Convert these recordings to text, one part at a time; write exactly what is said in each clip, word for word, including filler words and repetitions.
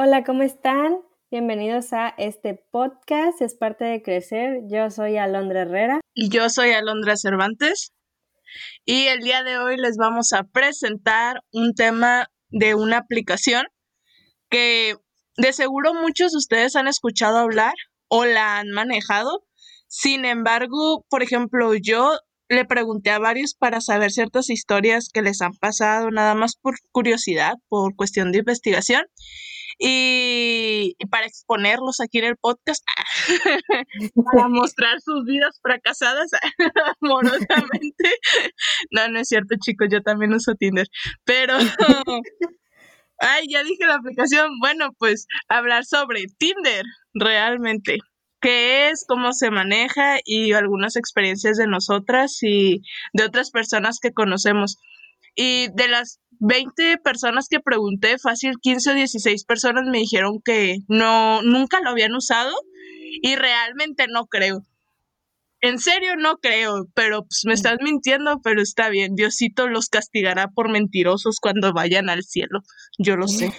Hola, ¿cómo están? Bienvenidos a este podcast, es parte de Crecer. Yo soy Alondra Herrera. Y yo soy Alondra Cervantes. Y el día de hoy les vamos a presentar un tema de una aplicación que de seguro muchos de ustedes han escuchado hablar o la han manejado. Sin embargo, por ejemplo, yo le pregunté a varios para saber ciertas historias que les han pasado, nada más por curiosidad, por cuestión de investigación. Y, y para exponerlos aquí en el podcast, para mostrar sus vidas fracasadas amorosamente. No, no es cierto, chicos, yo también uso Tinder, pero, ay, ya dije la aplicación. Bueno, pues hablar sobre Tinder realmente, qué es, cómo se maneja y algunas experiencias de nosotras y de otras personas que conocemos. Y de las veinte personas que pregunté, fácil quince o dieciséis personas me dijeron que no, nunca lo habían usado y realmente no creo. En serio no creo, pero pues me estás mintiendo, pero está bien. Diosito los castigará por mentirosos cuando vayan al cielo. Yo lo sé.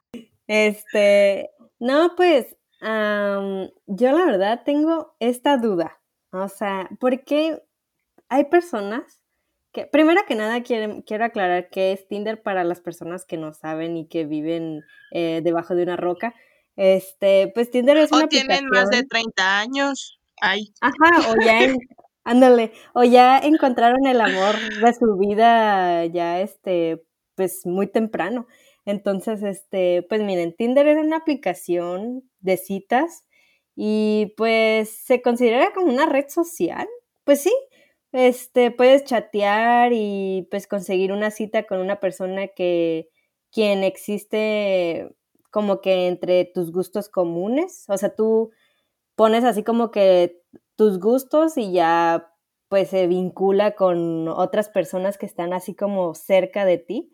Este, no, pues, am, yo la verdad tengo esta duda. O sea, porque hay personas que, primero que nada, quiero, quiero aclarar que es Tinder para las personas que no saben y que viven eh, debajo de una roca. Este, pues Tinder es O una tienen más de aplicación. treinta años. Ay. Ajá, o ya en, ándale, o ya encontraron el amor de su vida ya este, pues muy temprano. Entonces, este, pues miren, Tinder es una aplicación de citas y pues se considera como una red social. Pues sí, este, puedes chatear y pues conseguir una cita con una persona que quien existe como que entre tus gustos comunes. O sea, tú pones así como que tus gustos y ya pues se vincula con otras personas que están así como cerca de ti.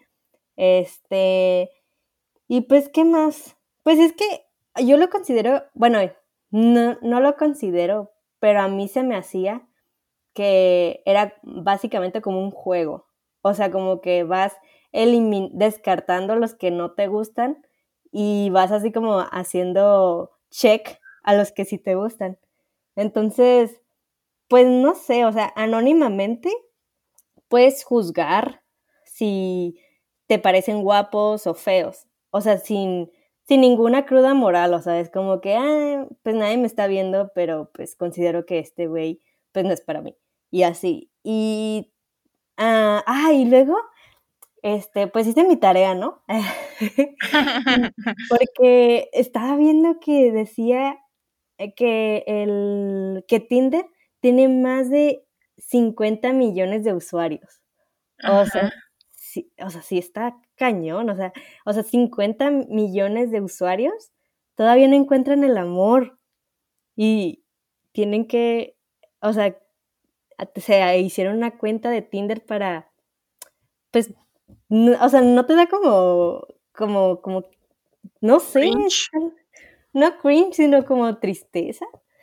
Este, y pues, ¿qué más? Pues es que yo lo considero, bueno, no, no lo considero, pero a mí se me hacía que era básicamente como un juego. O sea, como que vas elimin- descartando los que no te gustan y vas así como haciendo check a los que sí te gustan. Entonces, pues no sé, o sea, anónimamente puedes juzgar si te parecen guapos o feos. O sea, sin, sin ninguna cruda moral, o sea, es como que, ah, pues nadie me está viendo, pero pues considero que este güey, pues no es para mí. Y así. Y, ah, ah, y luego, este, pues hice mi tarea, ¿no? Porque estaba viendo que decía eh, que el que Tinder tiene más de cincuenta millones de usuarios. O sea, Ajá. sí, o sea, sí está cañón, o sea, o sea, cincuenta millones de usuarios todavía no encuentran el amor y tienen que, o sea, se hicieron una cuenta de Tinder para, pues, no, o sea, no te da como, como, como, no sé, Cringe. no cringe, sino como tristeza.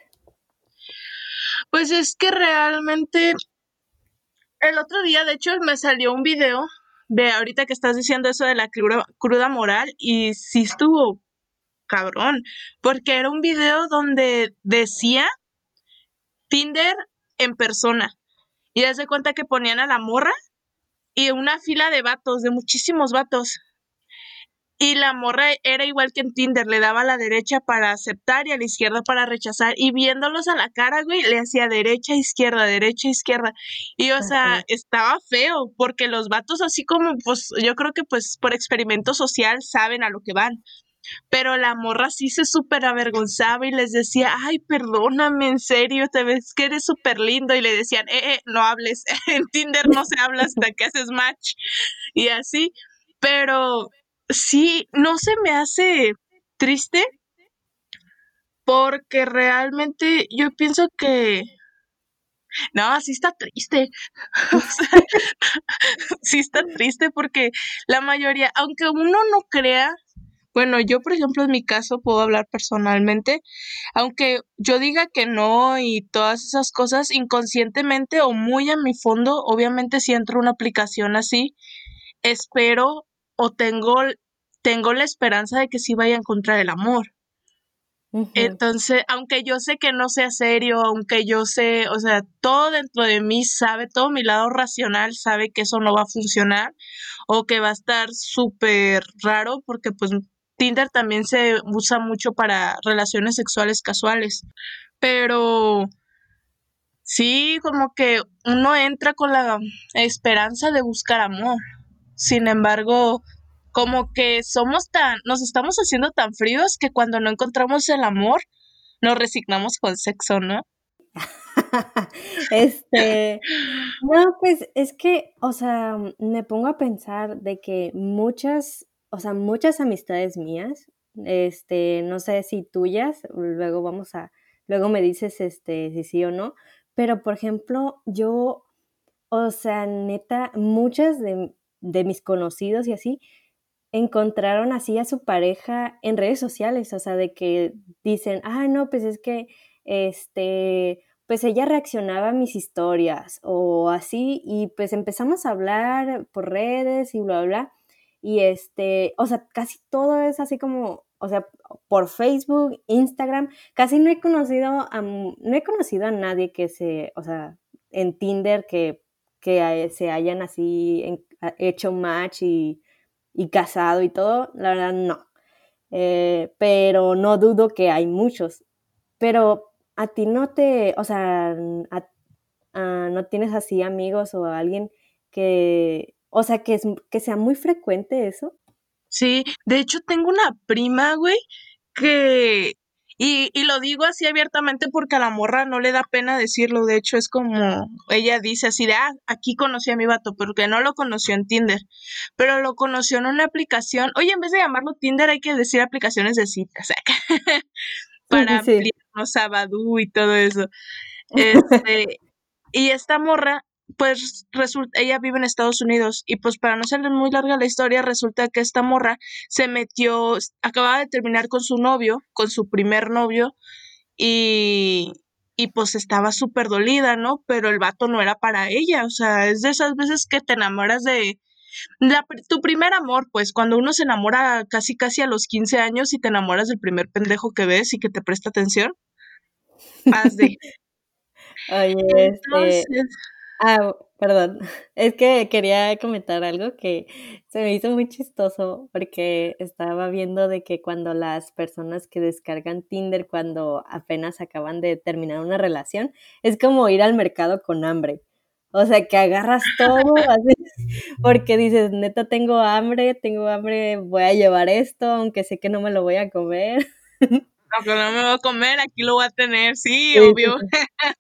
Pues es que realmente el otro día, de hecho, me salió un video de ahorita que estás diciendo eso de la cruda, cruda moral y sí estuvo cabrón, porque era un video donde decía Tinder en persona. Y das de cuenta que ponían a la morra y una fila de vatos, de muchísimos vatos. Y la morra era igual que en Tinder, le daba a la derecha para aceptar y a la izquierda para rechazar. Y viéndolos a la cara, güey, le hacía derecha, izquierda, derecha, izquierda. Y, o sea, Ajá. estaba feo, porque los vatos así como, pues, yo creo que pues por experimento social saben a lo que van. Pero la morra sí se súper avergonzaba y les decía, ay, perdóname, en serio, te ves que eres súper lindo. Y le decían, eh, eh, no hables, en Tinder no se habla hasta que haces match y así. Pero sí, no se me hace triste porque realmente yo pienso que, no, sí está triste. O sea, sí está triste porque la mayoría, aunque uno no crea, bueno, yo por ejemplo en mi caso puedo hablar personalmente, aunque yo diga que no y todas esas cosas inconscientemente o muy a mi fondo, obviamente si entro a una aplicación así, espero o tengo tengo la esperanza de que sí vaya a encontrar el amor. Ujú. Entonces, aunque yo sé que no sea serio, aunque yo sé, o sea, todo dentro de mí sabe, todo mi lado racional sabe que eso no va a funcionar o que va a estar súper raro porque pues Tinder también se usa mucho para relaciones sexuales casuales. Pero sí, como que uno entra con la esperanza de buscar amor. Sin embargo, como que somos tan, nos estamos haciendo tan fríos que cuando no encontramos el amor, nos resignamos con sexo, ¿no? Este, no, pues es que, o sea, me pongo a pensar de que muchas, o sea, muchas amistades mías, este, no sé si tuyas, luego vamos a, luego me dices, este, si sí o no, pero por ejemplo, yo, o sea, neta, muchas de, de mis conocidos y así, encontraron así a su pareja en redes sociales, o sea, de que dicen, ah, no, pues es que, este, pues ella reaccionaba a mis historias o así, y pues empezamos a hablar por redes y bla, bla, bla, y este, o sea, casi todo es así como, o sea, por Facebook, Instagram, casi no he conocido a, no he conocido a nadie que se, o sea, en Tinder que, que se hayan así en, hecho match y y casado y todo, la verdad no. Eh, pero no dudo que hay muchos. Pero a ti no te, o sea, a, a, no tienes así amigos o alguien que, o sea, que, es, que sea muy frecuente eso. Sí, de hecho tengo una prima, güey, que... Y, y lo digo así abiertamente porque a la morra no le da pena decirlo. De hecho, es como ella dice así de, ah, aquí conocí a mi vato, porque no lo conoció en Tinder, pero lo conoció en una aplicación. Oye, en vez de llamarlo Tinder, hay que decir aplicaciones de citas, Sí, para sí, sí. ampliarnos a Badoo y todo eso. Este, y esta morra, pues resulta, ella vive en Estados Unidos y pues para no ser muy larga la historia, resulta que esta morra se metió, acababa de terminar con su novio, con su primer novio, y, y pues estaba súper dolida, ¿no? Pero el vato no era para ella, o sea, es de esas veces que te enamoras de la, pr- tu primer amor, pues cuando uno se enamora casi casi a los quince años y te enamoras del primer pendejo que ves y que te presta atención, haz de. Oye, este, Entonces, ah, perdón. Es que quería comentar algo que se me hizo muy chistoso porque estaba viendo de que cuando las personas que descargan Tinder cuando apenas acaban de terminar una relación, es como ir al mercado con hambre. O sea, que agarras todo así, porque dices, neta, tengo hambre, tengo hambre, voy a llevar esto, aunque sé que no me lo voy a comer. aunque no me voy a comer, aquí lo voy a tener, sí, Sí, sí, obvio. sí.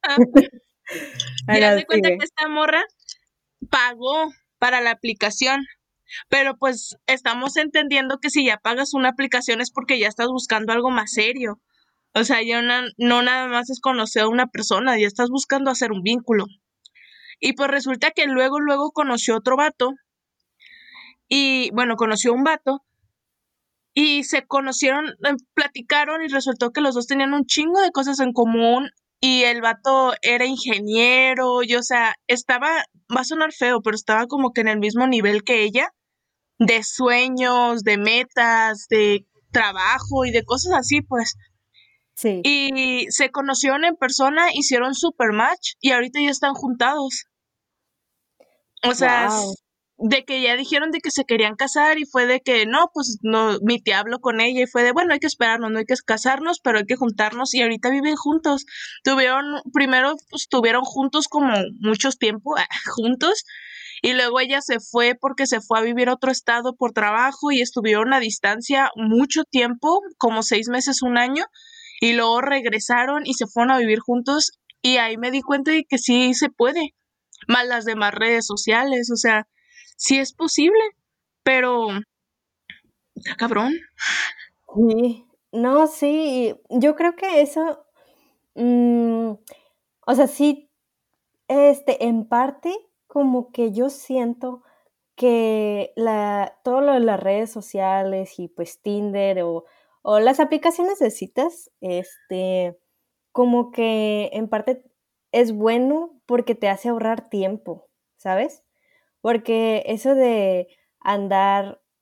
Y haz Ahora de cuenta que sigue. esta morra pagó para la aplicación, pero pues estamos entendiendo que si ya pagas una aplicación es porque ya estás buscando algo más serio. O sea, ya una- no nada más es conocer a una persona, ya estás buscando hacer un vínculo. Y pues resulta que luego, luego conoció otro vato y bueno, conoció un vato y se conocieron, eh, platicaron y resultó que los dos tenían un chingo de cosas en común y el vato era ingeniero y o sea, estaba, va a sonar feo, pero estaba como que en el mismo nivel que ella, de sueños, de metas, de trabajo y de cosas así, pues. Sí. Y se conocieron en persona, hicieron super match y ahorita ya están juntados. O sea, Wow. s- de que ya dijeron de que se querían casar y fue de que no, pues no, mi tía habló con ella y fue de, bueno, hay que esperarnos, no hay que casarnos, pero hay que juntarnos y ahorita viven juntos. Tuvieron, primero, pues tuvieron juntos como muchos tiempo, juntos, y luego ella se fue porque se fue a vivir a otro estado por trabajo y estuvieron a distancia mucho tiempo, como seis meses, un año, y luego regresaron y se fueron a vivir juntos y ahí me di cuenta de que sí se puede más las demás redes sociales, o sea, sí es posible, pero está cabrón. Sí, no, sí, yo creo que eso, mm, o sea, sí, este, en parte, como que yo siento que la, todo lo de las redes sociales y pues Tinder o, o las aplicaciones de citas, este, como que en parte es bueno porque te hace ahorrar tiempo, ¿sabes? Porque eso de andar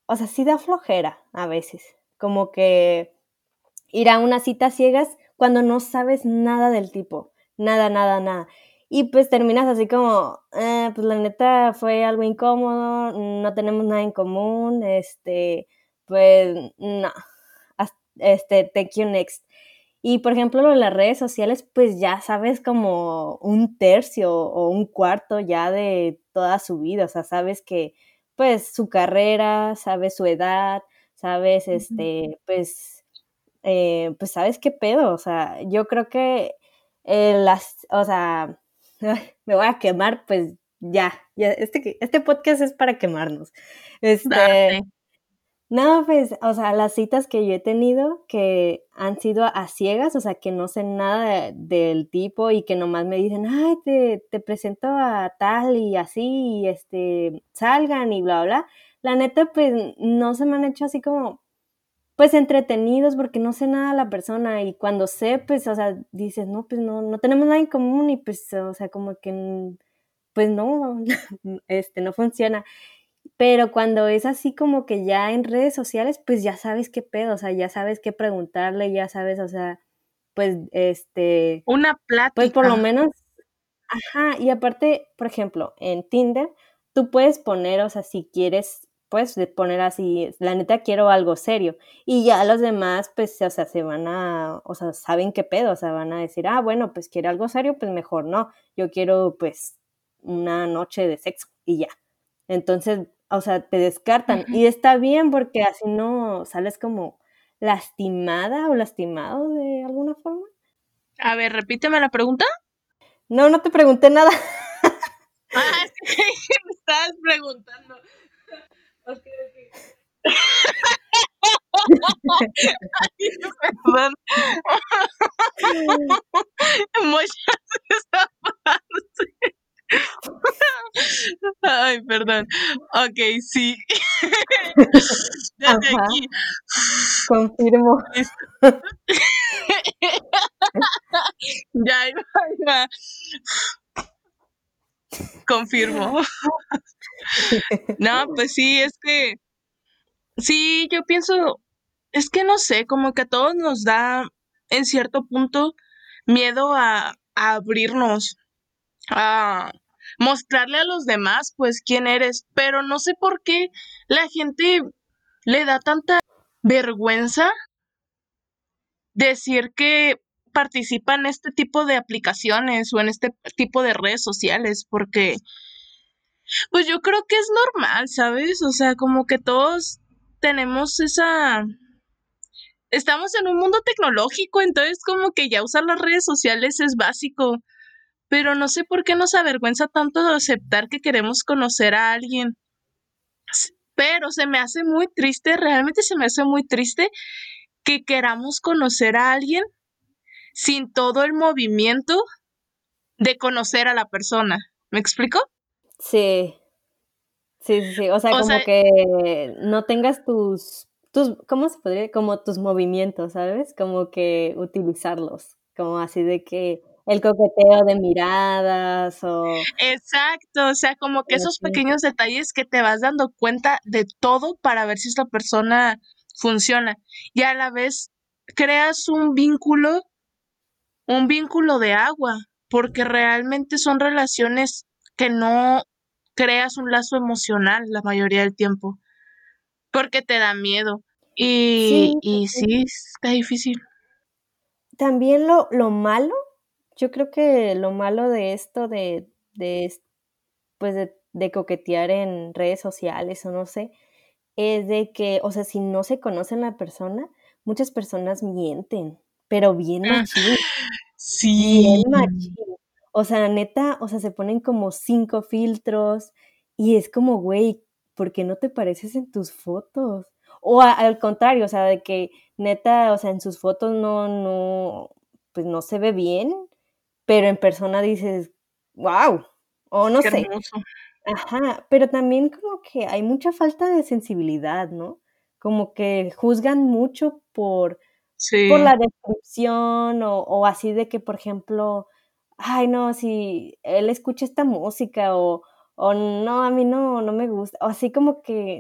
o sea, sí da flojera a veces, como que ir a una cita ciegas cuando no sabes nada del tipo, nada, nada, nada. Y pues terminas así como, eh, pues la neta fue algo incómodo, no tenemos nada en común, este, pues no, este, take you next. Y por ejemplo, lo de las redes sociales, pues ya sabes como un tercio o un cuarto ya de toda su vida, o sea, sabes que pues su carrera, sabes su edad, sabes, este, pues, eh, pues sabes qué pedo, o sea, yo creo que eh, las, o sea, me voy a quemar, pues ya, ya este, este podcast es para quemarnos. Este, Date. no, pues, o sea, las citas que yo he tenido que han sido a ciegas, o sea, que no sé nada de- del tipo y que nomás me dicen, ay, te, te presento a tal y así, y este, salgan y bla, bla. La neta, pues, no se me han hecho así como, pues, entretenidos porque no sé nada de la persona y cuando sé, pues, o sea, dices, no, pues, no, no tenemos nada en común y pues, o sea, como que, mm, pues, no, este, no funciona. Pero cuando es así como que ya en redes sociales, pues ya sabes qué pedo, o sea, ya sabes qué preguntarle, ya sabes, o sea, pues, este, Una pues por lo plática. menos, ajá, y aparte, por ejemplo, en Tinder, tú puedes poner, o sea, si quieres, puedes de- poner así, la neta quiero algo serio, y ya los demás, pues, o sea, se van a, o sea, saben qué pedo, o sea, van a decir, ah, bueno, pues quiere algo serio, pues mejor no, yo quiero, pues, una noche de sexo, y ya. Entonces, o sea, te descartan. Ujú. Y está bien porque así no sales como lastimada o lastimado de alguna forma. A ver, repíteme la pregunta. No, no te pregunté nada. Ah, es que me estabas preguntando. Ok, ok. Perdón. Muchas esa parte. Ay, perdón. Ok, sí. Desde Ajá, aquí. confirmo. Listo. Ya, ya, ya. Confirmo. No, pues sí, es que sí, yo pienso, es que no sé, como que a todos nos da en cierto punto miedo a, a abrirnos, a mostrarle a los demás, pues, quién eres, pero no sé por qué la gente le da tanta vergüenza decir que participa en este tipo de aplicaciones o en este tipo de redes sociales, porque pues yo creo que es normal, ¿sabes? O sea, como que todos tenemos esa... Estamos en un mundo tecnológico, entonces como que ya usar las redes sociales es básico, pero no sé por qué nos avergüenza tanto de aceptar que queremos conocer a alguien. S- Pero se me hace muy triste, realmente se me hace muy triste que queramos conocer a alguien sin todo el movimiento de conocer a la persona. ¿Me explico? Sí, sí, sí, sí. O sea, O sea, como que no tengas tus, tus, ¿cómo se podría? Como tus movimientos, ¿sabes? Como que utilizarlos, como así de que el coqueteo de miradas o, exacto, o sea, como que o esos así. pequeños detalles que te vas dando cuenta de todo para ver si esta persona funciona. Y a la vez creas un vínculo, un vínculo de agua, porque realmente son relaciones que no creas un lazo emocional la mayoría del tiempo, porque te da miedo. Sí, Y, y sí. sí, está difícil. También lo lo malo, yo creo que lo malo de esto de de es pues, de de coquetear en redes sociales, o no sé, es de que, o sea, si no se conocen la persona, muchas personas mienten, pero bien Mm, machín, bien sí, machín. O sea, neta, o sea, se ponen como cinco filtros y es como, güey, ¿por qué no te pareces en tus fotos? O a al contrario, o sea, de que neta, o sea, en sus fotos no no, pues, no se ve bien, pero en persona dices: "Guau", o no qué sé. hermoso. Ajá, pero también como que hay mucha falta de sensibilidad, ¿no? Como que juzgan mucho por por Sí, la descripción o o así de que, por ejemplo, ay, no, si él escucha esta música o o no, a mí no no me gusta, o así como que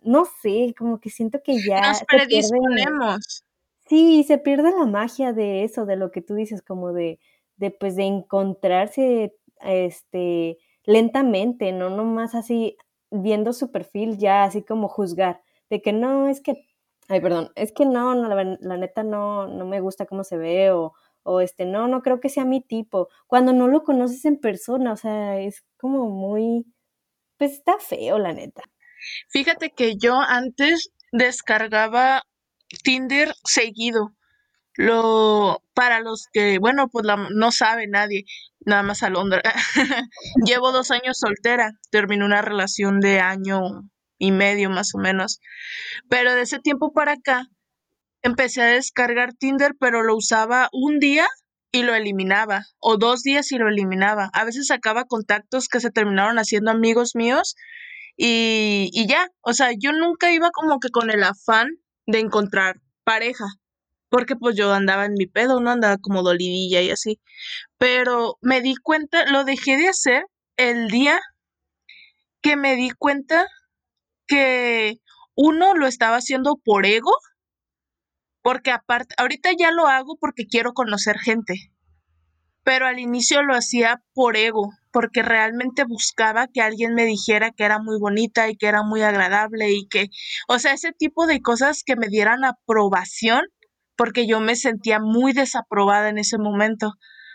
no sé, como que siento que Nos ya se pierde. predisponemos. Sí, se pierde la magia de eso, de lo que tú dices, como de, de pues de encontrarse este lentamente, no nomás así viendo su perfil, ya así como juzgar, de que no, es que, ay, perdón, es que no, no, la, la neta no, no me gusta cómo se ve, o, o este, no, no creo que sea mi tipo, cuando no lo conoces en persona, o sea, es como muy, pues está feo, la neta. Fíjate que yo antes descargaba Tinder seguido. Lo, para los que, bueno, pues la- no sabe nadie, nada más Alondra. Llevo dos años soltera, terminé una relación de año y medio más o menos, pero de ese tiempo para acá empecé a descargar Tinder, pero lo usaba un día y lo eliminaba, o dos días y lo eliminaba. A veces sacaba contactos que se terminaron haciendo amigos míos y, y ya, o sea, yo nunca iba como que con el afán de encontrar pareja, porque pues yo andaba en mi pedo, no andaba como dolidilla y así, pero me di cuenta, lo dejé de hacer el día que me di cuenta que uno lo estaba haciendo por ego, porque aparte, ahorita ya lo hago porque quiero conocer gente, pero al inicio lo hacía por ego, porque realmente buscaba que alguien me dijera que era muy bonita y que era muy agradable y que, o sea, ese tipo de cosas que me dieran aprobación, porque yo me sentía muy desaprobada en ese momento.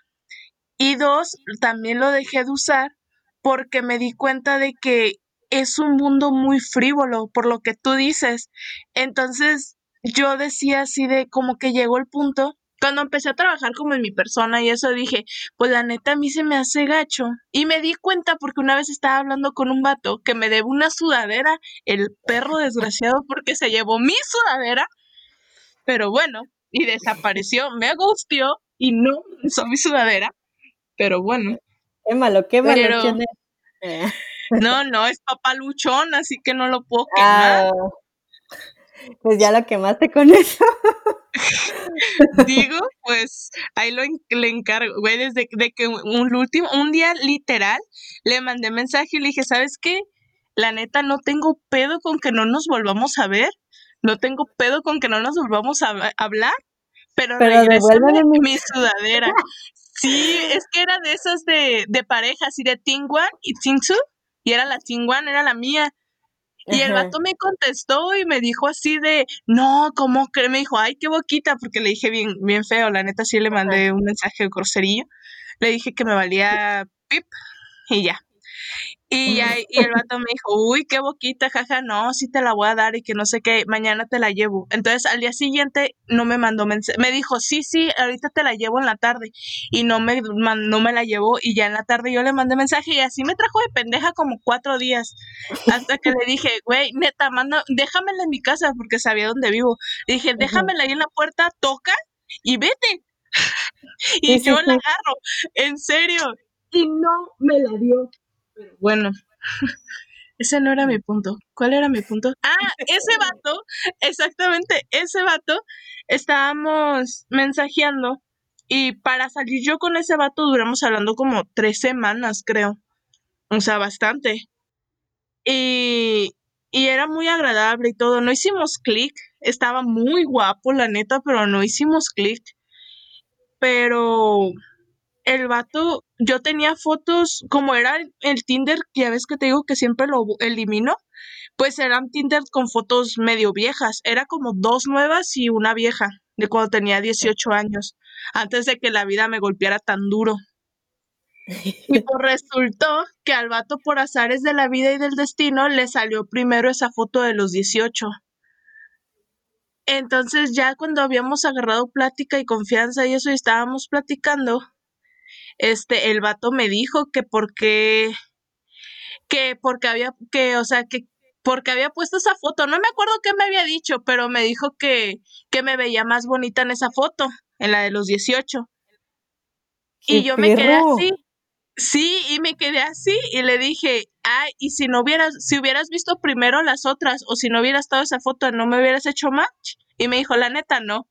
Y dos, también lo dejé de usar porque me di cuenta de que es un mundo muy frívolo, por lo que tú dices. Entonces, yo decía así de como que llegó el punto, cuando empecé a trabajar como en mi persona y eso dije, pues la neta a mí se me hace gacho. Y me di cuenta porque una vez estaba hablando con un vato que me debe una sudadera, el perro desgraciado porque se llevó mi sudadera, pero bueno, y desapareció, me gustió y no usó mi sudadera, pero bueno. Quémalo, quémalo, Pero ¿quién es? Eh, no, no, es papaluchón, así que no lo puedo quemar. Ah, pues ya lo quemaste con eso. Digo, pues ahí lo en- le encargo, güey, desde de que un, un último, un día literal, le mandé mensaje y le dije, ¿sabes qué? La neta, no tengo pedo con que no nos volvamos a ver, no tengo pedo con que no nos volvamos a hab- hablar, pero Pero regrésame devuélveme mi. mi sudadera. Sí, es que era de esas de, de parejas, y de Team One y Team Two, y era la Team One, era la mía. Y el Ajá, vato me contestó y me dijo así de, no, ¿cómo que? Me dijo, ay, qué boquita, porque le dije bien, bien feo, la neta sí le ajá. mandé un mensaje de groserillo. Le dije que me valía pip y ya. Y ya, y el vato me dijo, uy, qué boquita, jaja, no, sí te la voy a dar y que no sé qué, mañana te la llevo. Entonces al día siguiente no me mandó mensaje, me dijo, sí, sí, ahorita te la llevo en la tarde. Y no me, man- no me la llevó y ya en la tarde yo le mandé mensaje y así me trajo de pendeja como cuatro días. Hasta que le dije, güey, neta, manda, déjamela en mi casa porque sabía dónde vivo. Le dije, Ujú. déjamela ahí en la puerta, toca y vete. Sí, Y yo sí, la sí. agarro, en serio. Y no me la dio. Pero bueno, ese no era mi punto. ¿Cuál era mi punto? Ah, ese vato, exactamente, ese vato, estábamos mensajeando y para salir yo con ese vato duramos hablando como tres semanas, creo. O sea, bastante. Y, y era muy agradable y todo. No hicimos clic. Estaba muy guapo, la neta, pero no hicimos clic. Pero el vato, yo tenía fotos, como era el, el Tinder, que ya ves que te digo que siempre lo elimino, pues eran Tinder con fotos medio viejas. Era como dos nuevas y una vieja, de cuando tenía dieciocho años, antes de que la vida me golpeara tan duro. Y pues resultó que al vato por azares de la vida y del destino le salió primero esa foto de los dieciocho. Entonces ya cuando habíamos agarrado plática y confianza y eso y estábamos platicando, este, el vato me dijo que porque, que porque había, que, o sea, que porque había puesto esa foto. No me acuerdo qué me había dicho, pero me dijo que, que me veía más bonita en esa foto, en la de los dieciocho. ¡Qué Y yo me quedé así. perro! Sí, y me quedé así y le dije, ay, y si no hubieras, si hubieras visto primero las otras o si no hubieras estado esa foto, ¿no me hubieras hecho match? Y me dijo, la neta, no.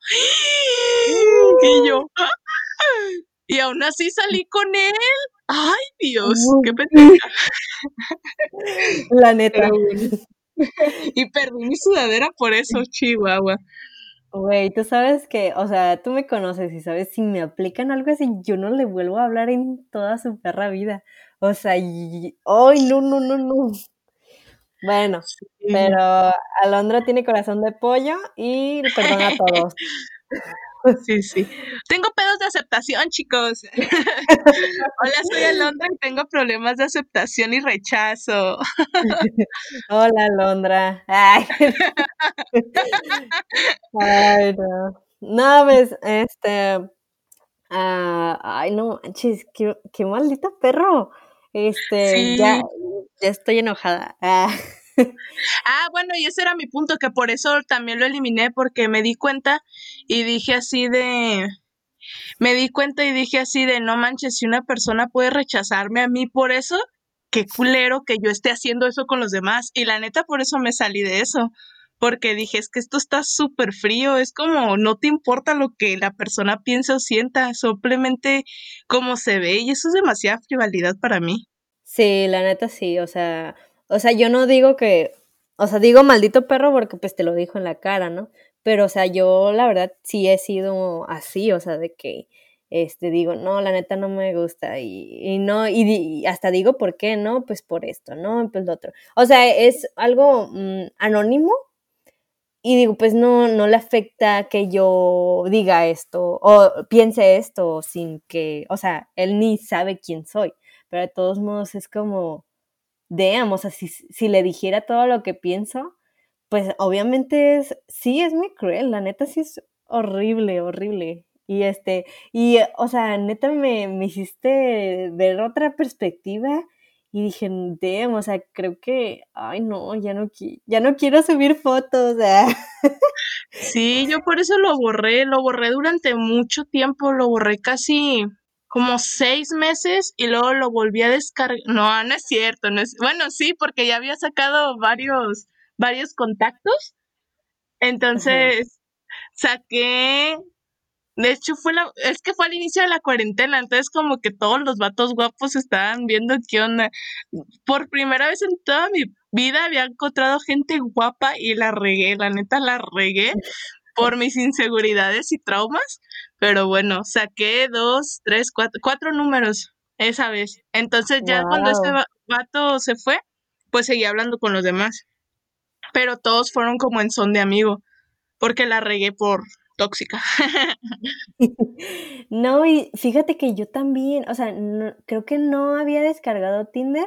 Y yo, "Ah". Y aún así salí con él. Ay, Dios, qué Uh, pendeja. La Pero neta. bueno. y perdí mi sudadera por eso, Chihuahua. Güey, tú sabes que, o sea, tú me conoces y sabes, si me aplican algo así, yo no le vuelvo a hablar en toda su perra vida. O sea, y, ay, no, no, no, no. Bueno, Sí, pero Alondra tiene corazón de pollo y perdona a todos. sí, sí. Tengo pedos de aceptación, chicos. Hola, soy Alondra y tengo problemas de aceptación y rechazo. Hola, Alondra. Ay, ay, no. No, ves, este, ah, ay, no manches, qué, qué maldito perro. Este, ya, Sí. ya estoy enojada. Ah. Ah, bueno, y ese era mi punto, que por eso también lo eliminé, porque me di cuenta y dije así de, me di cuenta y dije así de, no manches, si una persona puede rechazarme a mí por eso, qué culero que yo esté haciendo eso con los demás. Y la neta, por eso me salí de eso, porque dije, es que esto está súper frío, es como, no te importa lo que la persona piense o sienta, simplemente cómo se ve, y eso es demasiada frivolidad para mí. Sí, la neta sí, o sea, o sea, yo no digo que, o sea, digo maldito perro porque pues te lo dijo en la cara, ¿no? Pero, o sea, yo la verdad sí he sido así, o sea, de que, este, digo, no, la neta no me gusta y, y no, y, di- y hasta digo, ¿por qué? No, pues por esto, no, pues lo otro. O sea, es algo mm, anónimo y digo, pues no, no le afecta que yo diga esto o piense esto sin que, o sea, él ni sabe quién soy, pero de todos modos es como, damn, o sea, si, si le dijera todo lo que pienso, pues obviamente es, sí, es muy cruel, la neta sí es horrible, horrible. Y este, y o sea, neta me, me hiciste ver otra perspectiva y dije, damn, o sea, creo que, ay no, ya no, qui- ya no quiero subir fotos. Ah. Sí, yo por eso lo borré, lo borré durante mucho tiempo, lo borré casi como seis meses y luego lo volví a descargar. No, no es cierto, no es, bueno, sí, porque ya había sacado varios, varios contactos, Ajá. entonces saqué, de hecho fue la, es que fue al inicio de la cuarentena, entonces como que todos los vatos guapos estaban viendo qué onda. Por primera vez en toda mi vida había encontrado gente guapa y la regué, la neta la regué por mis inseguridades y traumas, pero bueno, saqué dos, tres, cuatro, cuatro números esa vez. Entonces ya cuando ese Wow. va- vato se fue, pues seguí hablando con los demás, pero todos fueron como en son de amigo, porque la regué por tóxica. No, y fíjate que yo también, o sea, no- creo que no había descargado Tinder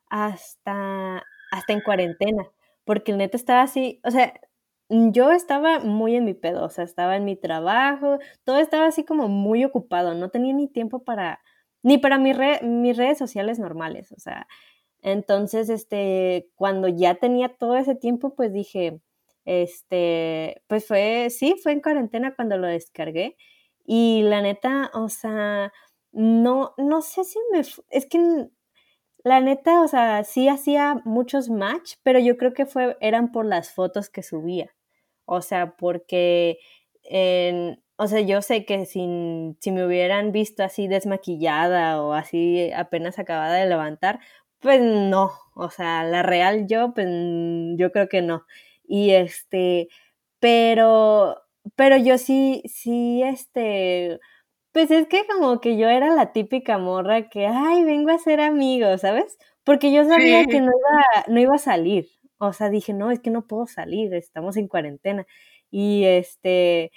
hasta, hasta en cuarentena, porque el neta estaba así, o sea, mm, yo estaba muy en mi pedo, o sea, estaba en mi trabajo, todo estaba así como muy ocupado, no tenía ni tiempo para, ni para mis re- mis redes sociales normales, o sea, entonces, este, cuando ya tenía todo ese tiempo, pues dije, este, pues fue, sí, fue en cuarentena cuando lo descargué. Y la neta, o sea, no, no sé si me, fu- es que n- la neta, o sea, sí hacía muchos match, pero yo creo que fue, eran por las fotos que subía. O sea, porque, en- o sea, yo sé que sin, si me hubieran visto así desmaquillada o así apenas acabada de levantar, pues no. O sea, la real yo, pues mm, yo creo que no. Y este, pero, pero yo sí, sí, este, pues es que como que yo era la típica morra que, ay, vengo a ser amigos, ¿sabes? Porque yo sabía que Sí, no iba, no iba a salir. O sea, dije, no, es que no puedo salir, estamos en cuarentena. Y este,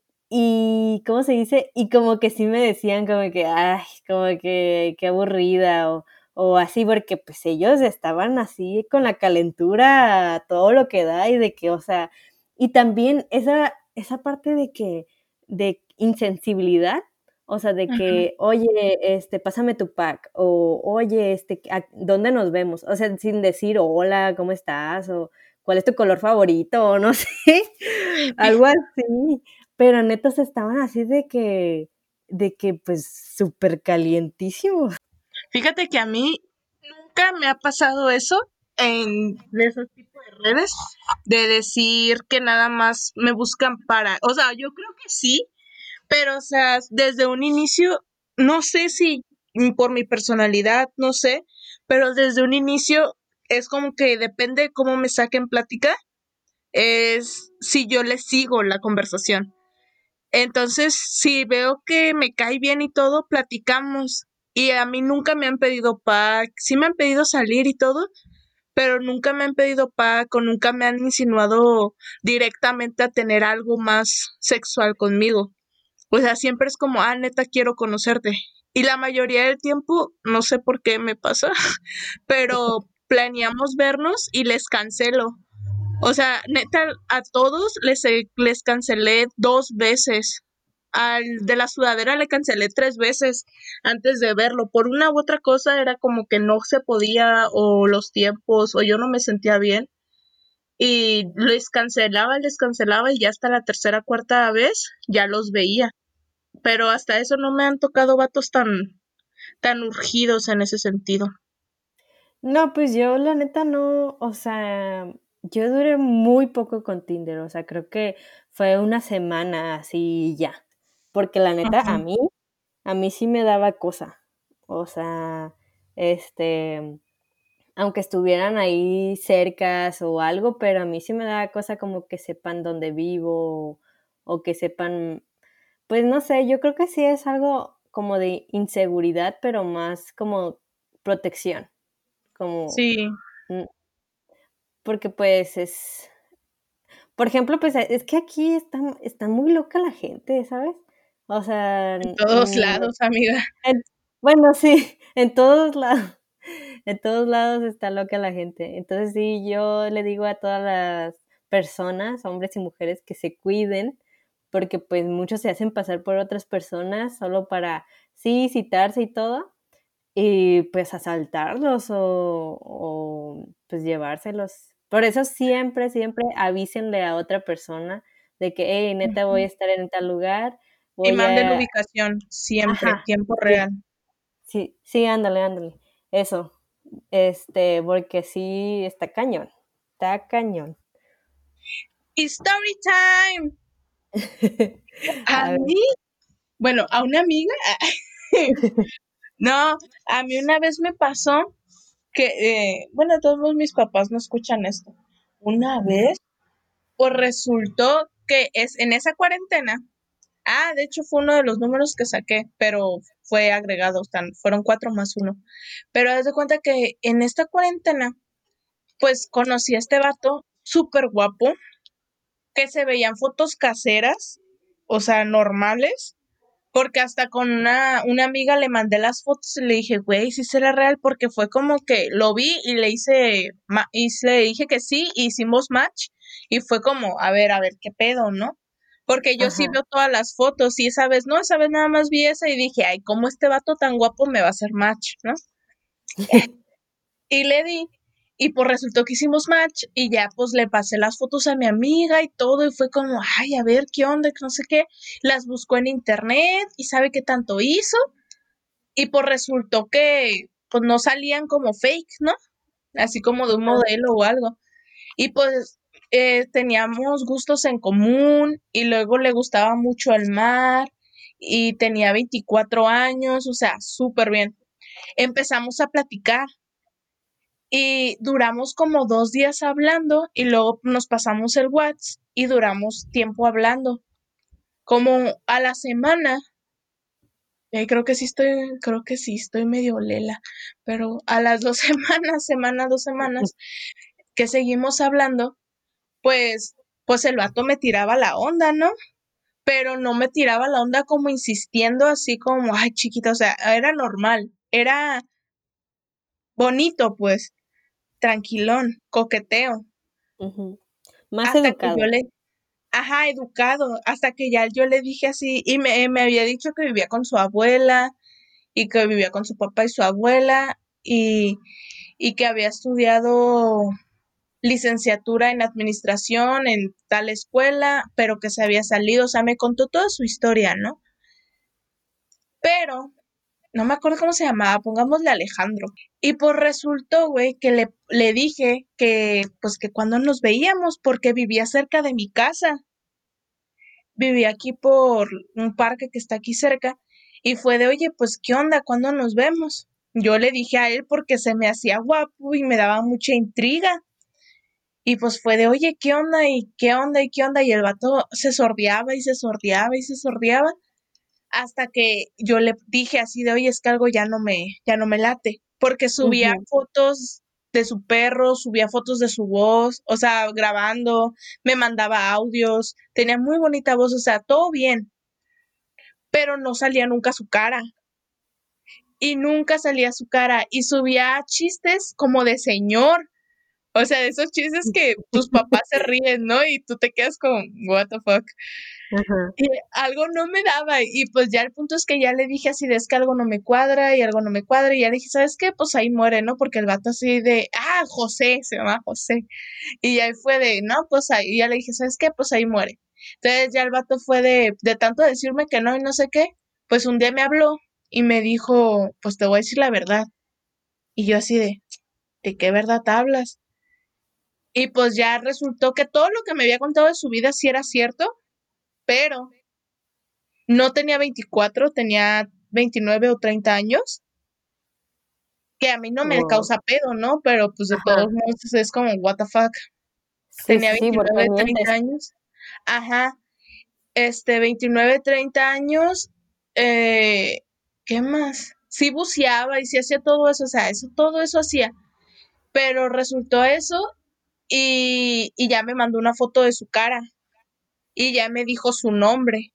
y ¿cómo se dice? Y como que sí me decían como que, ay, como que qué aburrida o, o así, porque pues ellos estaban así con la calentura, a todo lo que da y de que, o sea, y también esa, esa parte de que, de insensibilidad, o sea, de ujú. que, oye, este, pásame tu pack, o oye, este, ¿a- ¿dónde nos vemos? O sea, sin decir hola, ¿cómo estás? O cuál es tu color favorito, o no sé, algo así. Pero netos estaban así de que, de que pues súper calientísimos. Fíjate que a mí nunca me ha pasado eso en de esos tipos de redes, de decir que nada más me buscan para, o sea, yo creo que sí, pero, o sea, desde un inicio, no sé si mm, por mi personalidad, no sé, pero desde un inicio es como que depende cómo me saquen plática, es si yo le sigo la conversación. Entonces, si veo que me cae bien y todo, platicamos. Y a mí nunca me han pedido pack, sí me han pedido salir y todo, pero nunca me han pedido pack o nunca me han insinuado directamente a tener algo más sexual conmigo. O sea, siempre es como, ah, neta, quiero conocerte. Y la mayoría del tiempo, no sé por qué me pasa, pero planeamos vernos y les cancelo. O sea, neta, a todos les, eh, les cancelé dos veces. Al de la sudadera le cancelé tres veces antes de verlo. Por una u otra cosa era como que no se podía o los tiempos o yo no me sentía bien. Y les cancelaba, les cancelaba y ya hasta la tercera, cuarta vez ya los veía. Pero hasta eso no me han tocado vatos tan, tan urgidos en ese sentido. No, pues yo la neta no, o sea, yo duré muy poco con Tinder, o sea, creo que fue una semana así y ya, porque la neta a Ujú. mí, a mí sí me daba cosa, o sea, este, aunque estuvieran ahí cercas o algo, pero a mí sí me daba cosa como que sepan dónde vivo o que sepan, pues no sé, yo creo que sí es algo como de inseguridad, pero más como protección, como Sí, mm, porque pues es, por ejemplo, pues es que aquí está, está muy loca la gente, ¿sabes? O sea, en todos mm, lados, amiga. en- bueno, sí, en todos lados, en todos lados está loca la gente. Entonces sí, yo le digo a todas las personas, hombres y mujeres, que se cuiden, porque pues muchos se hacen pasar por otras personas solo para, sí, citarse y todo, y pues asaltarlos o, o pues llevárselos. Por eso siempre, siempre avísenle a otra persona de que, hey, neta, voy a Ujú. estar en tal lugar, Y voy mande la a... ubicación, siempre, Ajá, tiempo sí, real. sí, sí, ándale, ándale. Eso, este, porque sí, está cañón, está cañón. ¡Y story time! A A ver. mí, bueno, a una amiga, no, a mí una vez me pasó que, eh, bueno, todos mis papás no escuchan esto. Una vez, pues resultó que es en esa cuarentena. Ah, de hecho fue uno de los números que saqué, pero fue agregado, o sea, fueron cuatro más uno. Pero haz de cuenta que en esta cuarentena, pues conocí a este vato súper guapo, que se veían fotos caseras, o sea, normales, porque hasta con una, una amiga le mandé las fotos y le dije, güey, sí será real, porque fue como que lo vi y le hice, ma- y le dije que sí, hicimos match, y fue como, a ver, a ver, qué pedo, ¿no? Porque yo sí Ajá. veo todas las fotos y esa vez no, esa vez nada más vi esa y dije, ay, ¿cómo este vato tan guapo me va a hacer match, ¿no? Y le di, y pues resultó que hicimos match y ya pues le pasé las fotos a mi amiga y todo y fue como, ay, a ver, ¿qué onda? Que no sé qué. Las buscó en internet y sabe qué tanto hizo y pues resultó que pues no salían como fake, ¿no? Así como de un modelo o algo. Y pues eh, teníamos gustos en común y luego le gustaba mucho el mar y tenía veinticuatro años, o sea, súper bien. Empezamos a platicar y duramos como dos días hablando y luego nos pasamos el WhatsApp y duramos tiempo hablando. Como a la semana, eh, creo que sí estoy, creo que sí estoy medio lela, pero a las dos semanas, semana, dos semanas, que seguimos hablando, pues, pues el vato me tiraba la onda, ¿no? Pero no me tiraba la onda como insistiendo así como, ay, chiquita, o sea, era normal, era bonito, pues, tranquilón, coqueteo, Ujú. Más hasta que yo educado. le, ajá, educado, hasta que ya yo le dije así, y me, me había dicho que vivía con su abuela, y que vivía con su papá y su abuela, y, y que había estudiado licenciatura en administración en tal escuela, pero que se había salido, o sea, me contó toda su historia, ¿no? Pero no me acuerdo cómo se llamaba, pongámosle Alejandro. Y pues resultó, güey, que le, le dije que, pues que cuando nos veíamos, porque vivía cerca de mi casa, vivía aquí por un parque que está aquí cerca, y fue de, oye, pues, ¿qué onda? ¿Cuándo nos vemos? yo le dije a él porque se me hacía guapo y me daba mucha intriga. Y pues fue de, oye, ¿qué onda? ¿Y qué onda? ¿Y qué onda? Y el vato se sordeaba y se sordeaba y se sordeaba hasta que yo le dije así de, oye, es que algo ya no me, ya no me late, porque subía Ujú. fotos de su perro, subía fotos de su voz, o sea, grabando, me mandaba audios, tenía muy bonita voz, o sea, todo bien, pero no salía nunca su cara. Y nunca salía su cara y subía chistes como de señor. O sea, de esos chistes que tus papás se ríen, ¿no? Y tú te quedas como, what the fuck. Ajá. Y algo no me daba. Y pues ya el punto es que ya le dije así de es que algo no me cuadra y algo no me cuadra. Y ya le dije, ¿sabes qué? Pues ahí muere, ¿no? Porque el vato así de, ah, José, se llama José. Y ya fue de, no, pues ahí. Y ya le dije, ¿sabes qué? Pues ahí muere. Entonces ya el vato fue de, de tanto decirme que no y no sé qué. Pues un día me habló y me dijo, pues te voy a decir la verdad. Y yo así de, ¿de qué verdad hablas? Y pues ya resultó que todo lo que me había contado de su vida sí era cierto, pero no tenía veinticuatro, tenía veintinueve o treinta años, que a mí no me Wow. causa pedo, ¿no? Pero pues de todos Ajá. modos es como, what the fuck. Sí, Tenía sí, sí, porque veintinueve, treinta mientes. años. Ajá, este, veintinueve, treinta años. Eh, ¿Qué más? Sí buceaba y sí hacía todo eso, o sea, eso, todo eso hacía. Pero resultó eso y, y ya me mandó una foto de su cara y ya me dijo su nombre.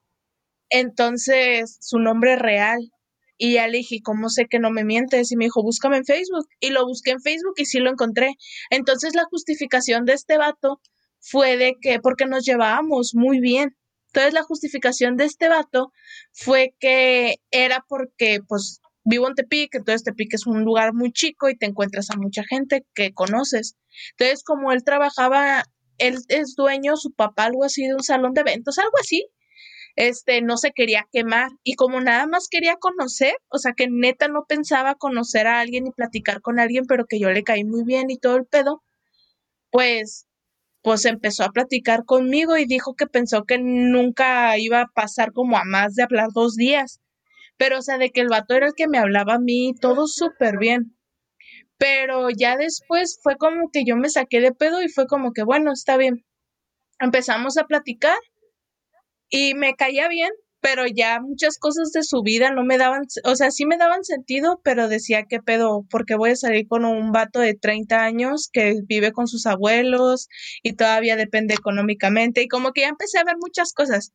Entonces, su nombre real. Y ya le dije, ¿cómo sé que no me mientes? Y me dijo, búscame en Facebook. Y lo busqué en Facebook y sí lo encontré. Entonces, la justificación de este vato fue de que, porque nos llevábamos muy bien. Entonces, la justificación de este vato fue que era porque, pues, vivo en Tepic, entonces Tepic es un lugar muy chico y te encuentras a mucha gente que conoces. Entonces, como él trabajaba, él es dueño, su papá, algo así, de un salón de eventos, algo así, este, no se quería quemar y como nada más quería conocer, o sea, que neta no pensaba conocer a alguien y platicar con alguien, pero que yo le caí muy bien y todo el pedo, pues, pues empezó a platicar conmigo y dijo que pensó que nunca iba a pasar como a más de hablar dos días, pero o sea, de que el vato era el que me hablaba a mí, todo súper bien, pero ya después fue como que yo me saqué de pedo y fue como que, bueno, está bien, empezamos a platicar y me caía bien, pero ya muchas cosas de su vida no me daban, o sea, sí me daban sentido, pero decía, ¿qué pedo? Porque voy a salir con un vato de treinta años que vive con sus abuelos y todavía depende económicamente y como que ya empecé a ver muchas cosas.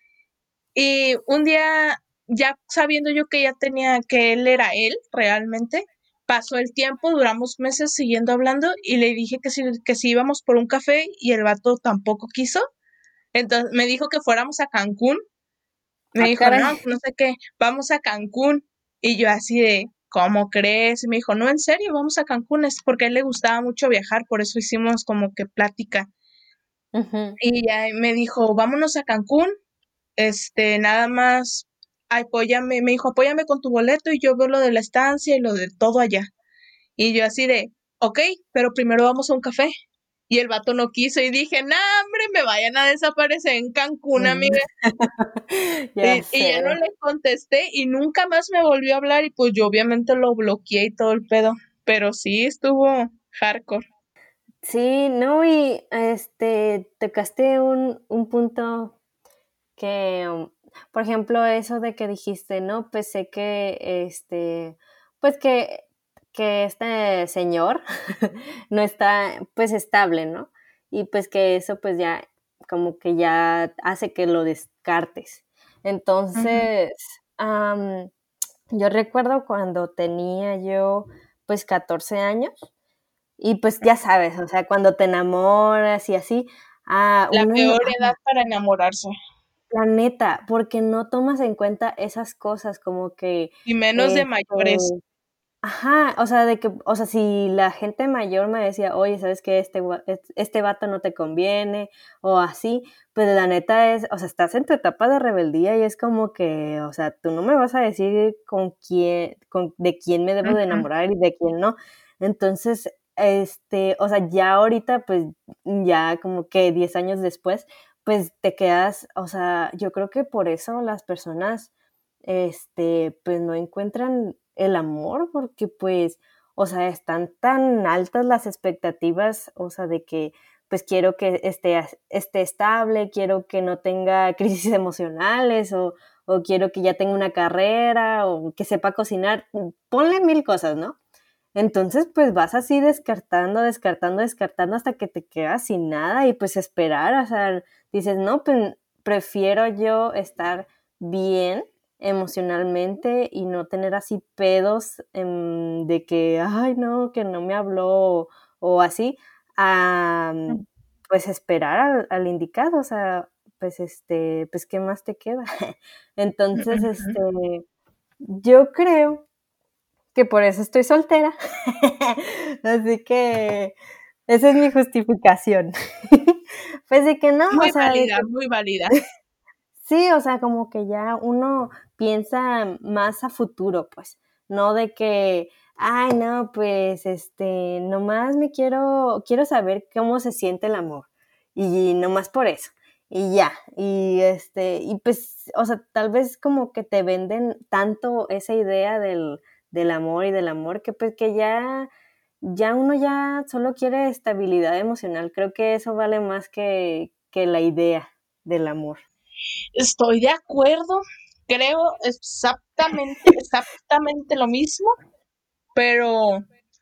Y un día, ya sabiendo yo que ya tenía, que él era él realmente, pasó el tiempo, duramos meses siguiendo hablando y le dije que si, que si íbamos por un café y el vato tampoco quiso. Entonces me dijo que fuéramos a Cancún. Me Ah, dijo, caray. no, no sé qué, vamos a Cancún. Y yo así de, ¿cómo crees? Y me dijo, no, en serio, vamos a Cancún. Es porque a él le gustaba mucho viajar, por eso hicimos como que plática. Ujú. Y ya me dijo, vámonos a Cancún, este, nada más, apóyame, me dijo, apóyame con tu boleto y yo veo lo de la estancia y lo de todo allá. Y yo así de, ok, pero primero vamos a un café. Y el vato no quiso y dije, no, hombre, me vayan a desaparecer en Cancún, amiga. Ya Y, y sé. ya no le contesté y nunca más me volvió a hablar y pues yo obviamente lo bloqueé y todo el pedo, pero sí estuvo hardcore. Sí, no, y este, tocaste un, un punto que, um, por ejemplo, eso de que dijiste, no, pues sé que, este, pues que, que este señor no está, pues estable, ¿no? Y pues que eso, pues ya, como que ya hace que lo descartes. Ujú. Entonces, am, yo recuerdo cuando tenía yo, pues, catorce años, y pues ya sabes, o sea, cuando te enamoras y así, ah, La uno no, peor edad para enamorarse la neta, porque no tomas en cuenta esas cosas como que, y menos de este mayores. ajá, o sea, de que, o sea, si la gente mayor me decía: "Oye, ¿sabes qué? Este gua es este vato no te conviene", o así, pues la neta es, o sea, estás en tu etapa de rebeldía y es como que, o sea, tú no me vas a decir con quién con de quién me debo de Ujú. enamorar y de quién no. Entonces, este, o sea, ya ahorita, pues, ya como que diez años después, pues te quedas, o sea, yo creo que por eso las personas este, pues no encuentran el amor porque pues, o sea, están tan altas las expectativas, o sea, de que pues quiero que esté, esté estable, quiero que no tenga crisis emocionales o, o quiero que ya tenga una carrera o que sepa cocinar, ponle mil cosas, ¿no? Entonces, pues vas así descartando, descartando, descartando hasta que te quedas sin nada y pues esperar, o sea, dices, no, pues prefiero yo estar bien emocionalmente y no tener así pedos em, de que, ay, no, que no me habló o, o así, a pues esperar al, al indicado, o sea, pues este, pues qué más te queda. Entonces, este, yo creo que por eso estoy soltera. Así que esa es mi justificación. Pues de que no, o Muy sea, de válida, que muy válida. sí, o sea, como que ya uno piensa más a futuro, pues, no de que, ay, no, pues, este, nomás me quiero, quiero saber cómo se siente el amor y nomás por eso y ya, y este, y pues, o sea, tal vez como que te venden tanto esa idea del, del amor y del amor que pues que ya, ya uno ya solo quiere estabilidad emocional, creo que eso vale más que, que la idea del amor. Estoy de acuerdo, creo exactamente, exactamente lo mismo, pero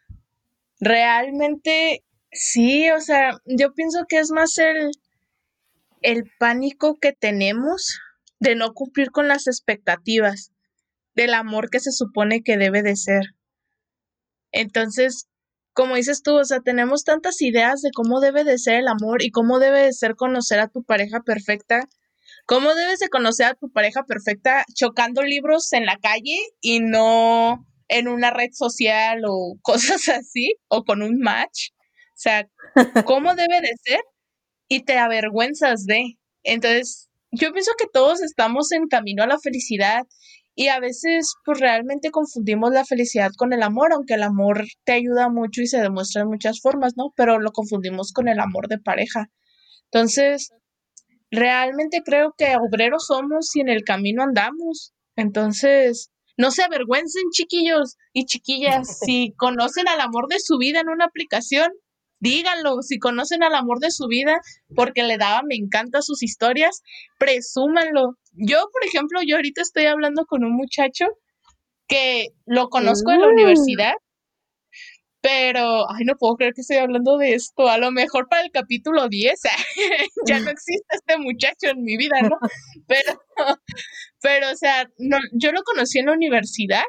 realmente sí, o sea, yo pienso que es más el, el pánico que tenemos de no cumplir con las expectativas del amor que se supone que debe de ser. Entonces, como dices tú, o sea, tenemos tantas ideas de cómo debe de ser el amor y cómo debe de ser conocer a tu pareja perfecta. ¿Cómo debes de conocer a tu pareja perfecta chocando libros en la calle y no en una red social o cosas así o con un match? O sea, ¿cómo debe de ser? Y te avergüenzas de. Entonces, yo pienso que todos estamos en camino a la felicidad y a veces pues realmente confundimos la felicidad con el amor, aunque el amor te ayuda mucho y se demuestra en muchas formas, ¿no? Pero lo confundimos con el amor de pareja. Entonces, realmente creo que obreros somos y en el camino andamos. Entonces, no se avergüencen, chiquillos y chiquillas. Si conocen al amor de su vida en una aplicación, díganlo. Si conocen al amor de su vida porque le daba, me encanta sus historias, presúmanlo. Yo, por ejemplo, yo ahorita estoy hablando con un muchacho que lo conozco en la Uh. universidad, pero, ay, no puedo creer que estoy hablando de esto. A lo mejor para el capítulo diez ya no existe este muchacho en mi vida, ¿no? Pero, pero, o sea, no, yo lo conocí en la universidad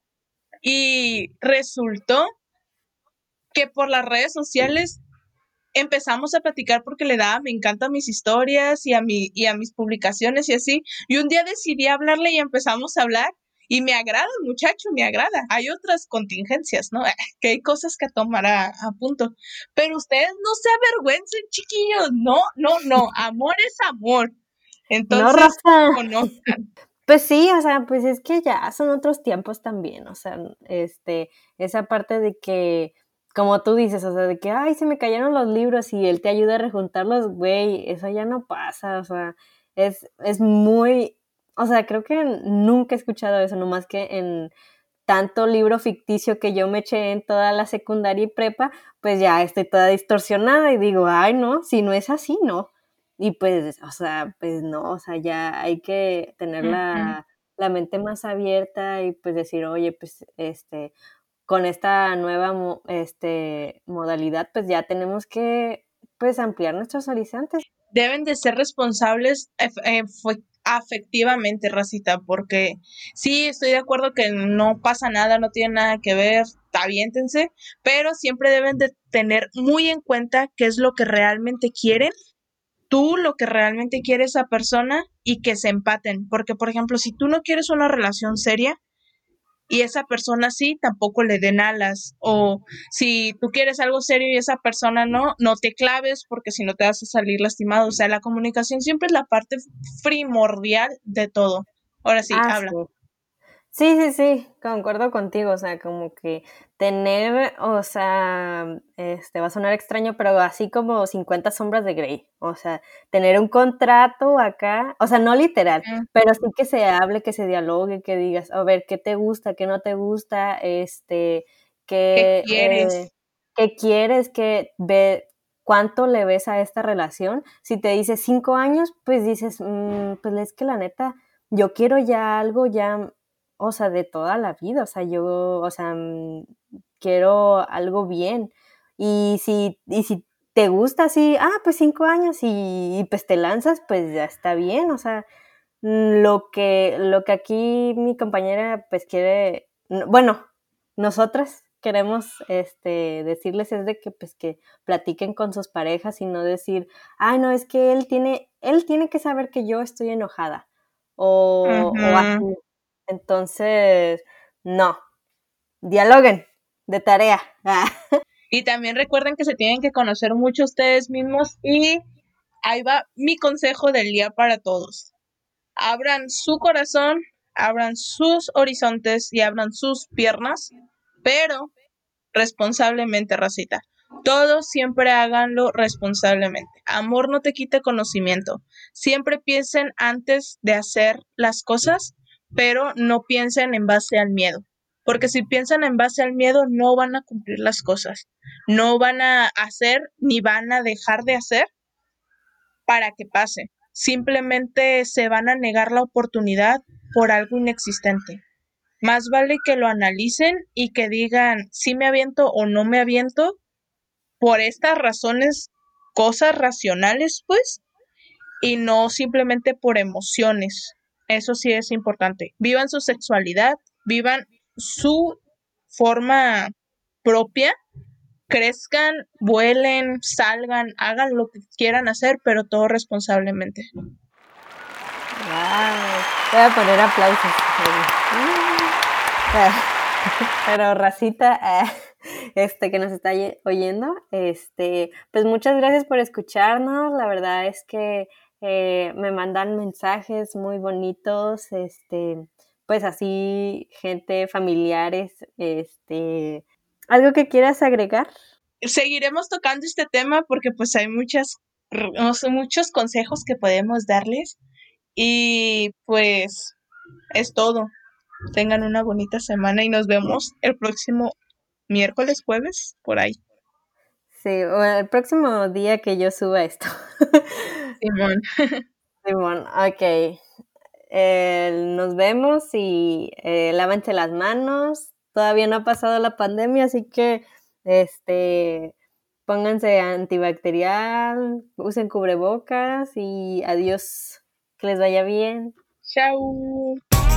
y resultó que por las redes sociales empezamos a platicar porque le daba, me encantan mis historias y a, mi, y a mis publicaciones y así. Y un día decidí hablarle y empezamos a hablar. Y me agrada el muchacho, me agrada. Hay otras contingencias, ¿no? Que hay cosas que tomar a, a punto. Pero ustedes no se avergüencen, chiquillos. No, no, no. Amor es amor. No, Entonces, Rafa. conozcan. Pues sí, o sea, pues es que ya son otros tiempos también, o sea, este, esa parte de que, como tú dices, o sea, de que, ay, se me cayeron los libros y él te ayuda a rejuntarlos, güey, eso ya no pasa, o sea, es, es muy, o sea, creo que nunca he escuchado eso, nomás que en tanto libro ficticio que yo me eché en toda la secundaria y prepa, pues ya estoy toda distorsionada y digo, ay, no, si no es así, no. Y pues, o sea, pues no, o sea, ya hay que tener Ujú. la, la mente más abierta y pues decir, oye, pues este, con esta nueva mo- este, modalidad, pues ya tenemos que pues ampliar nuestros horizontes. Deben de ser responsables ef- eh, fue- afectivamente, racita, porque sí, estoy de acuerdo que no pasa nada, no tiene nada que ver, aviéntense, pero siempre deben de tener muy en cuenta qué es lo que realmente quieren, tú lo que realmente quiere esa persona y que se empaten, porque por ejemplo, si tú no quieres una relación seria, y esa persona sí, tampoco le den alas. O si tú quieres algo serio y esa persona no, no te claves porque si no te vas a salir lastimado. O sea, la comunicación siempre es la parte primordial de todo. Ahora sí, Ah, habla. sí. Sí, sí, sí, concuerdo contigo, o sea, como que tener, o sea, este, va a sonar extraño, pero así como cincuenta sombras de Grey, o sea, tener un contrato acá, o sea, no literal, Ujú. pero sí que se hable, que se dialogue, que digas, a ver, ¿qué te gusta, qué no te gusta? Este, ¿Qué qué, eh, quieres? qué quieres, qué ve, cuánto le ves a esta relación. Si te dice cinco años, pues dices, mm, pues es que la neta, yo quiero ya algo ya, o sea, de toda la vida, o sea, yo, o sea, mm, quiero algo bien. Y si, y si te gusta así, ah, pues cinco años y, y pues te lanzas, pues ya está bien, o sea, mm, lo que, lo que aquí mi compañera pues quiere, n- bueno, nosotras queremos este decirles es de que pues que platiquen con sus parejas y no decir, ay no, es que él tiene, él tiene que saber que yo estoy enojada o, o Ujú. así. Entonces, no, dialoguen de tarea. Ah. Y también recuerden que se tienen que conocer mucho ustedes mismos y ahí va mi consejo del día para todos. Abran su corazón, abran sus horizontes y abran sus piernas, pero responsablemente, racita. Todo siempre háganlo responsablemente. Amor no te quite conocimiento. Siempre piensen antes de hacer las cosas, pero no piensen en base al miedo. Porque si piensan en base al miedo, no van a cumplir las cosas. No van a hacer ni van a dejar de hacer para que pase. Simplemente se van a negar la oportunidad por algo inexistente. Más vale que lo analicen y que digan si me aviento o no me aviento por estas razones, cosas racionales, pues, y no simplemente por emociones. Eso sí es importante. Vivan su sexualidad, vivan su forma propia, crezcan, vuelen, salgan, hagan lo que quieran hacer, pero todo responsablemente. Wow. Voy a poner aplausos. Pero racita, ah, este que nos está oyendo, este, pues muchas gracias por escucharnos. La verdad es que eh, me mandan mensajes muy bonitos, este, pues así, gente, familiares, este, ¿algo que quieras agregar? Seguiremos tocando este tema porque pues hay muchas, muchos consejos que podemos darles y pues es todo. Tengan una bonita semana y nos vemos el próximo miércoles, jueves, por ahí. Sí, o el próximo día que yo suba esto. Simón. Simón, ok. Eh, nos vemos y eh, lávense las manos. Todavía no ha pasado la pandemia, así que este, pónganse antibacterial, usen cubrebocas y adiós. Que les vaya bien. Chao.